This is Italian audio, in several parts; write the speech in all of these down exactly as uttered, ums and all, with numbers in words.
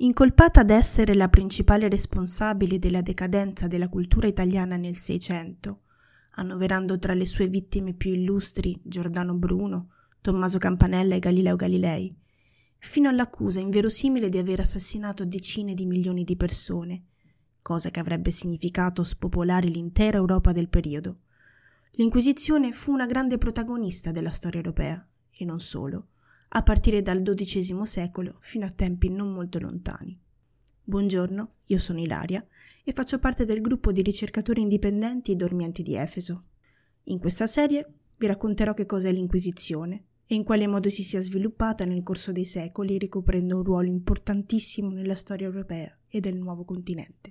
Incolpata ad essere la principale responsabile della decadenza della cultura italiana nel Seicento, annoverando tra le sue vittime più illustri Giordano Bruno, Tommaso Campanella e Galileo Galilei, fino all'accusa inverosimile di aver assassinato decine di milioni di persone, cosa che avrebbe significato spopolare l'intera Europa del periodo. L'Inquisizione fu una grande protagonista della storia europea, e non solo, a partire dal dodicesimo secolo fino a tempi non molto lontani. Buongiorno, io sono Ilaria e faccio parte del gruppo di ricercatori indipendenti e dormienti di Efeso. In questa serie vi racconterò che cos'è l'Inquisizione e in quale modo si sia sviluppata nel corso dei secoli, ricoprendo un ruolo importantissimo nella storia europea e del nuovo continente.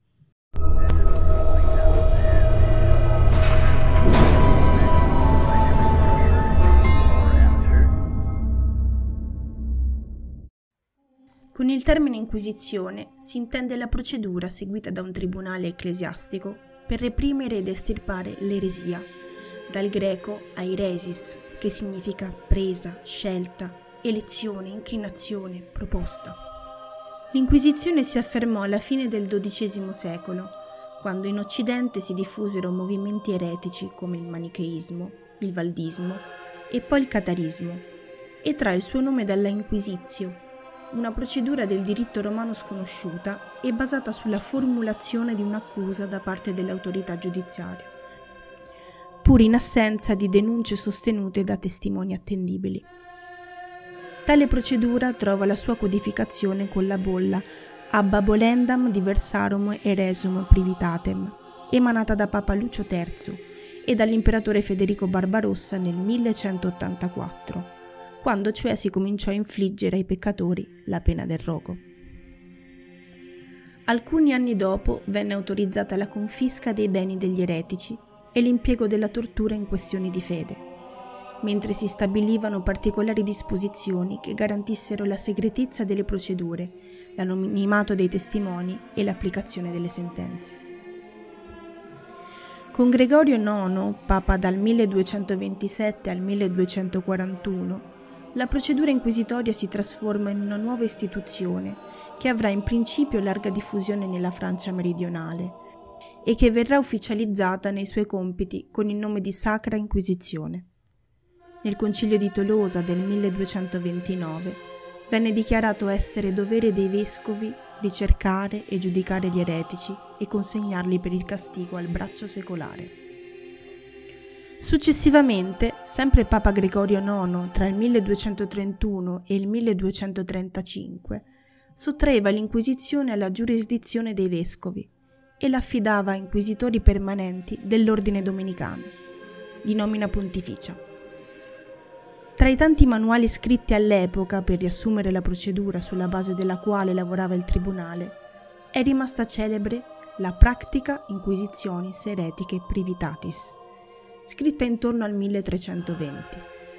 Con il termine Inquisizione si intende la procedura seguita da un tribunale ecclesiastico per reprimere ed estirpare l'eresia, dal greco airesis, che significa presa, scelta, elezione, inclinazione, proposta. L'Inquisizione si affermò alla fine del dodicesimo secolo, quando in Occidente si diffusero movimenti eretici come il manicheismo, il valdismo e poi il catarismo, e trae il suo nome dalla Inquisitio, una procedura del diritto romano sconosciuta e basata sulla formulazione di un'accusa da parte dell'autorità giudiziaria, pur in assenza di denunce sostenute da testimoni attendibili. Tale procedura trova la sua codificazione con la bolla Abba Bolendam diversarum eresum privitatem, emanata da Papa Lucio terzo e dall'imperatore Federico Barbarossa nel millecentottantaquattro, quando cioè si cominciò a infliggere ai peccatori la pena del rogo. Alcuni anni dopo venne autorizzata la confisca dei beni degli eretici e l'impiego della tortura in questioni di fede, mentre si stabilivano particolari disposizioni che garantissero la segretezza delle procedure, l'anonimato dei testimoni e l'applicazione delle sentenze. Con Gregorio nono, papa dal milleduecentoventisette al milleduecentoquarantuno, la procedura inquisitoria si trasforma in una nuova istituzione che avrà in principio larga diffusione nella Francia meridionale e che verrà ufficializzata nei suoi compiti con il nome di Sacra Inquisizione. Nel Concilio di Tolosa del milleduecentoventinove venne dichiarato essere dovere dei vescovi ricercare e giudicare gli eretici e consegnarli per il castigo al braccio secolare. Successivamente, sempre Papa Gregorio nono, tra il milleduecentotrentuno e il milleduecentotrentacinque, sottraeva l'Inquisizione alla giurisdizione dei vescovi e l'affidava a inquisitori permanenti dell'ordine domenicano, di nomina pontificia. Tra i tanti manuali scritti all'epoca per riassumere la procedura sulla base della quale lavorava il tribunale, è rimasta celebre la Practica Inquisitionis Hereticae Privitatis, scritta intorno al milletrecentoventi.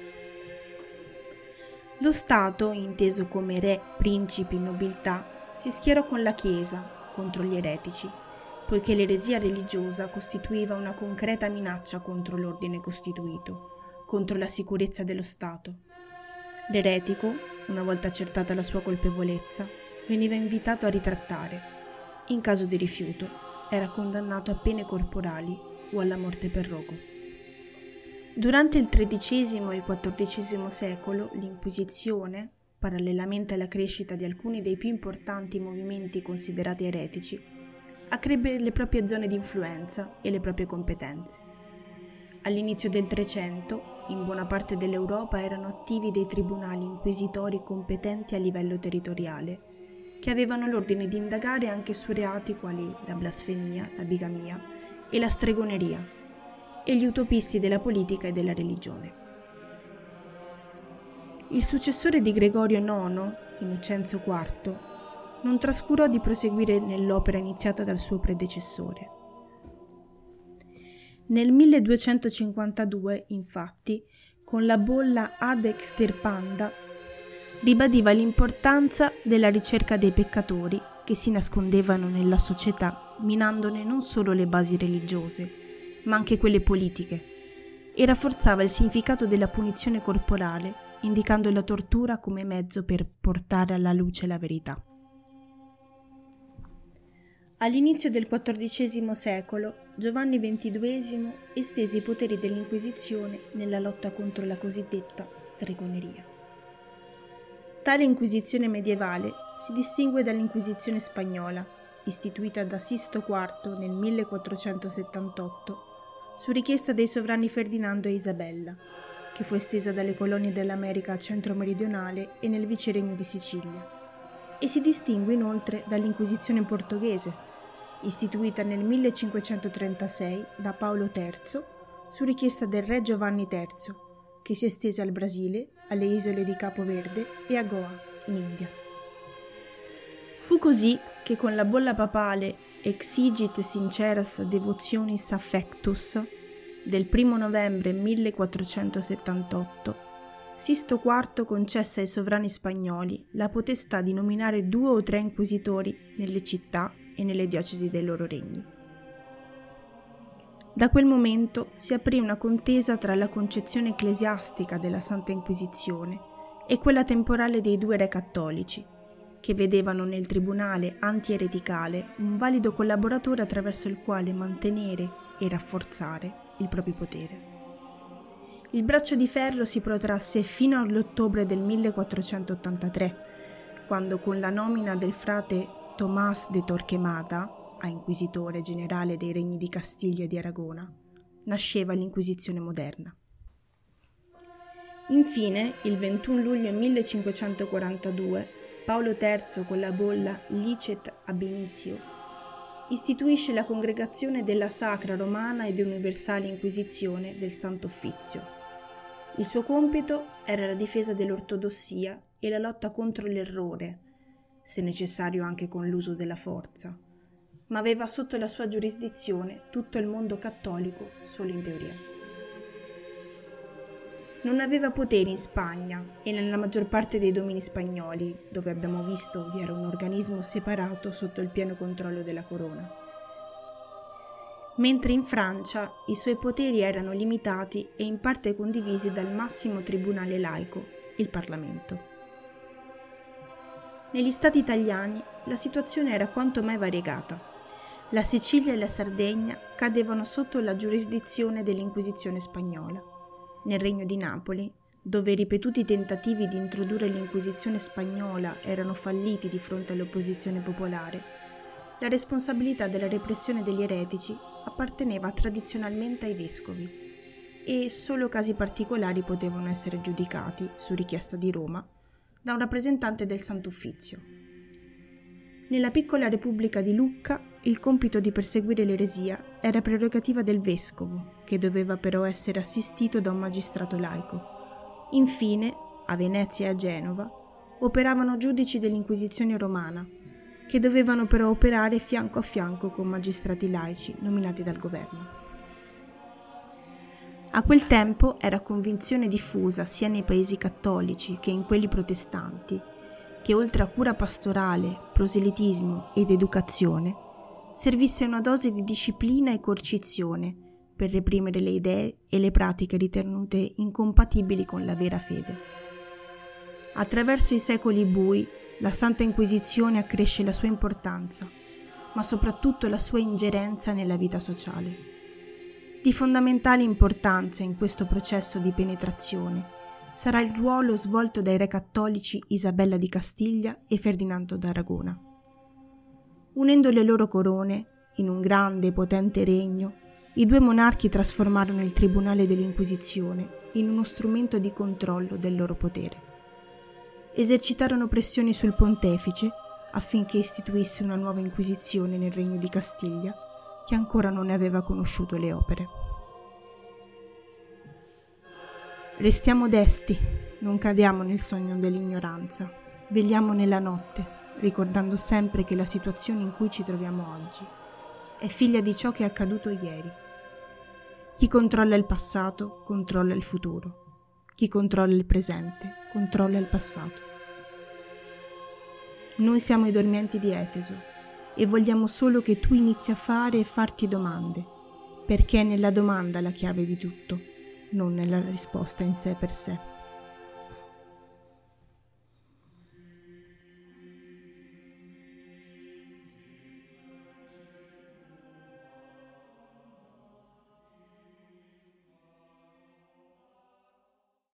Lo Stato, inteso come re, principi, nobiltà, si schierò con la Chiesa contro gli eretici, poiché l'eresia religiosa costituiva una concreta minaccia contro l'ordine costituito, contro la sicurezza dello Stato. L'eretico, una volta accertata la sua colpevolezza, veniva invitato a ritrattare. In caso di rifiuto, era condannato a pene corporali o alla morte per rogo. Durante il tredicesimo e il quattordicesimo secolo, l'Inquisizione, parallelamente alla crescita di alcuni dei più importanti movimenti considerati eretici, accrebbe le proprie zone di influenza e le proprie competenze. All'inizio del Trecento, in buona parte dell'Europa erano attivi dei tribunali inquisitori competenti a livello territoriale, che avevano l'ordine di indagare anche su reati quali la blasfemia, la bigamia e la stregoneria, e gli utopisti della politica e della religione. Il successore di Gregorio nono, Innocenzo quarto, non trascurò di proseguire nell'opera iniziata dal suo predecessore. Nel milleduecentocinquantadue, infatti, con la bolla Ad Extirpanda, ribadiva l'importanza della ricerca dei peccatori che si nascondevano nella società, minandone non solo le basi religiose, ma anche quelle politiche, e rafforzava il significato della punizione corporale, indicando la tortura come mezzo per portare alla luce la verità. All'inizio del quattordicesimo secolo, Giovanni ventiduesimo estese i poteri dell'Inquisizione nella lotta contro la cosiddetta stregoneria. Tale Inquisizione medievale si distingue dall'Inquisizione spagnola, istituita da Sisto quarto nel millequattrocentosettantotto su richiesta dei sovrani Ferdinando e Isabella, che fu estesa dalle colonie dell'America centro-meridionale e nel viceregno di Sicilia, e si distingue inoltre dall'Inquisizione portoghese, istituita nel millecinquecentotrentasei da Paolo terzo su richiesta del re Giovanni terzo, che si estese al Brasile, alle isole di Capo Verde e a Goa, in India. Fu così che con la bolla papale Exigit Sinceras Devotionis Affectus del primo novembre millequattrocentosettantotto, Sisto quarto concesse ai sovrani spagnoli la potestà di nominare due o tre inquisitori nelle città e nelle diocesi dei loro regni. Da quel momento si aprì una contesa tra la concezione ecclesiastica della Santa Inquisizione e quella temporale dei due re cattolici, che vedevano nel tribunale antiereticale un valido collaboratore attraverso il quale mantenere e rafforzare il proprio potere. Il braccio di ferro si protrasse fino all'ottobre del millequattrocentottantatré, quando con la nomina del frate Tomás de Torquemada a inquisitore generale dei regni di Castiglia e di Aragona, nasceva l'Inquisizione moderna. Infine, il ventuno luglio millecinquecentoquarantadue, Paolo terzo con la bolla Licet ab initio istituisce la congregazione della Sacra Romana ed Universale Inquisizione del Santo Uffizio. Il suo compito era la difesa dell'ortodossia e la lotta contro l'errore, se necessario anche con l'uso della forza, ma aveva sotto la sua giurisdizione tutto il mondo cattolico solo in teoria. Non aveva poteri in Spagna e nella maggior parte dei domini spagnoli, dove abbiamo visto vi era un organismo separato sotto il pieno controllo della corona. Mentre in Francia i suoi poteri erano limitati e in parte condivisi dal massimo tribunale laico, il Parlamento. Negli stati italiani la situazione era quanto mai variegata. La Sicilia e la Sardegna cadevano sotto la giurisdizione dell'Inquisizione spagnola. Nel Regno di Napoli, dove i ripetuti tentativi di introdurre l'Inquisizione spagnola erano falliti di fronte all'opposizione popolare, la responsabilità della repressione degli eretici apparteneva tradizionalmente ai vescovi e solo casi particolari potevano essere giudicati, su richiesta di Roma, da un rappresentante del Sant'Uffizio. Nella piccola Repubblica di Lucca, il compito di perseguire l'eresia era prerogativa del vescovo, che doveva però essere assistito da un magistrato laico. Infine, a Venezia e a Genova, operavano giudici dell'Inquisizione romana, che dovevano però operare fianco a fianco con magistrati laici nominati dal governo. A quel tempo era convinzione diffusa sia nei paesi cattolici che in quelli protestanti che oltre a cura pastorale, proselitismo ed educazione, servisse una dose di disciplina e coercizione per reprimere le idee e le pratiche ritenute incompatibili con la vera fede. Attraverso i secoli bui, la Santa Inquisizione accresce la sua importanza, ma soprattutto la sua ingerenza nella vita sociale. Di fondamentale importanza in questo processo di penetrazione sarà il ruolo svolto dai re cattolici Isabella di Castiglia e Ferdinando d'Aragona. Unendo le loro corone in un grande e potente regno, i due monarchi trasformarono il Tribunale dell'Inquisizione in uno strumento di controllo del loro potere. Esercitarono pressioni sul pontefice affinché istituisse una nuova Inquisizione nel Regno di Castiglia, che ancora non ne aveva conosciuto le opere. Restiamo desti, non cadiamo nel sogno dell'ignoranza, vegliamo nella notte, ricordando sempre che la situazione in cui ci troviamo oggi è figlia di ciò che è accaduto ieri. Chi controlla il passato, controlla il futuro. Chi controlla il presente, controlla il passato. Noi siamo i dormienti di Efeso e vogliamo solo che tu inizi a fare e farti domande, perché è nella domanda la chiave di tutto, non nella risposta in sé per sé.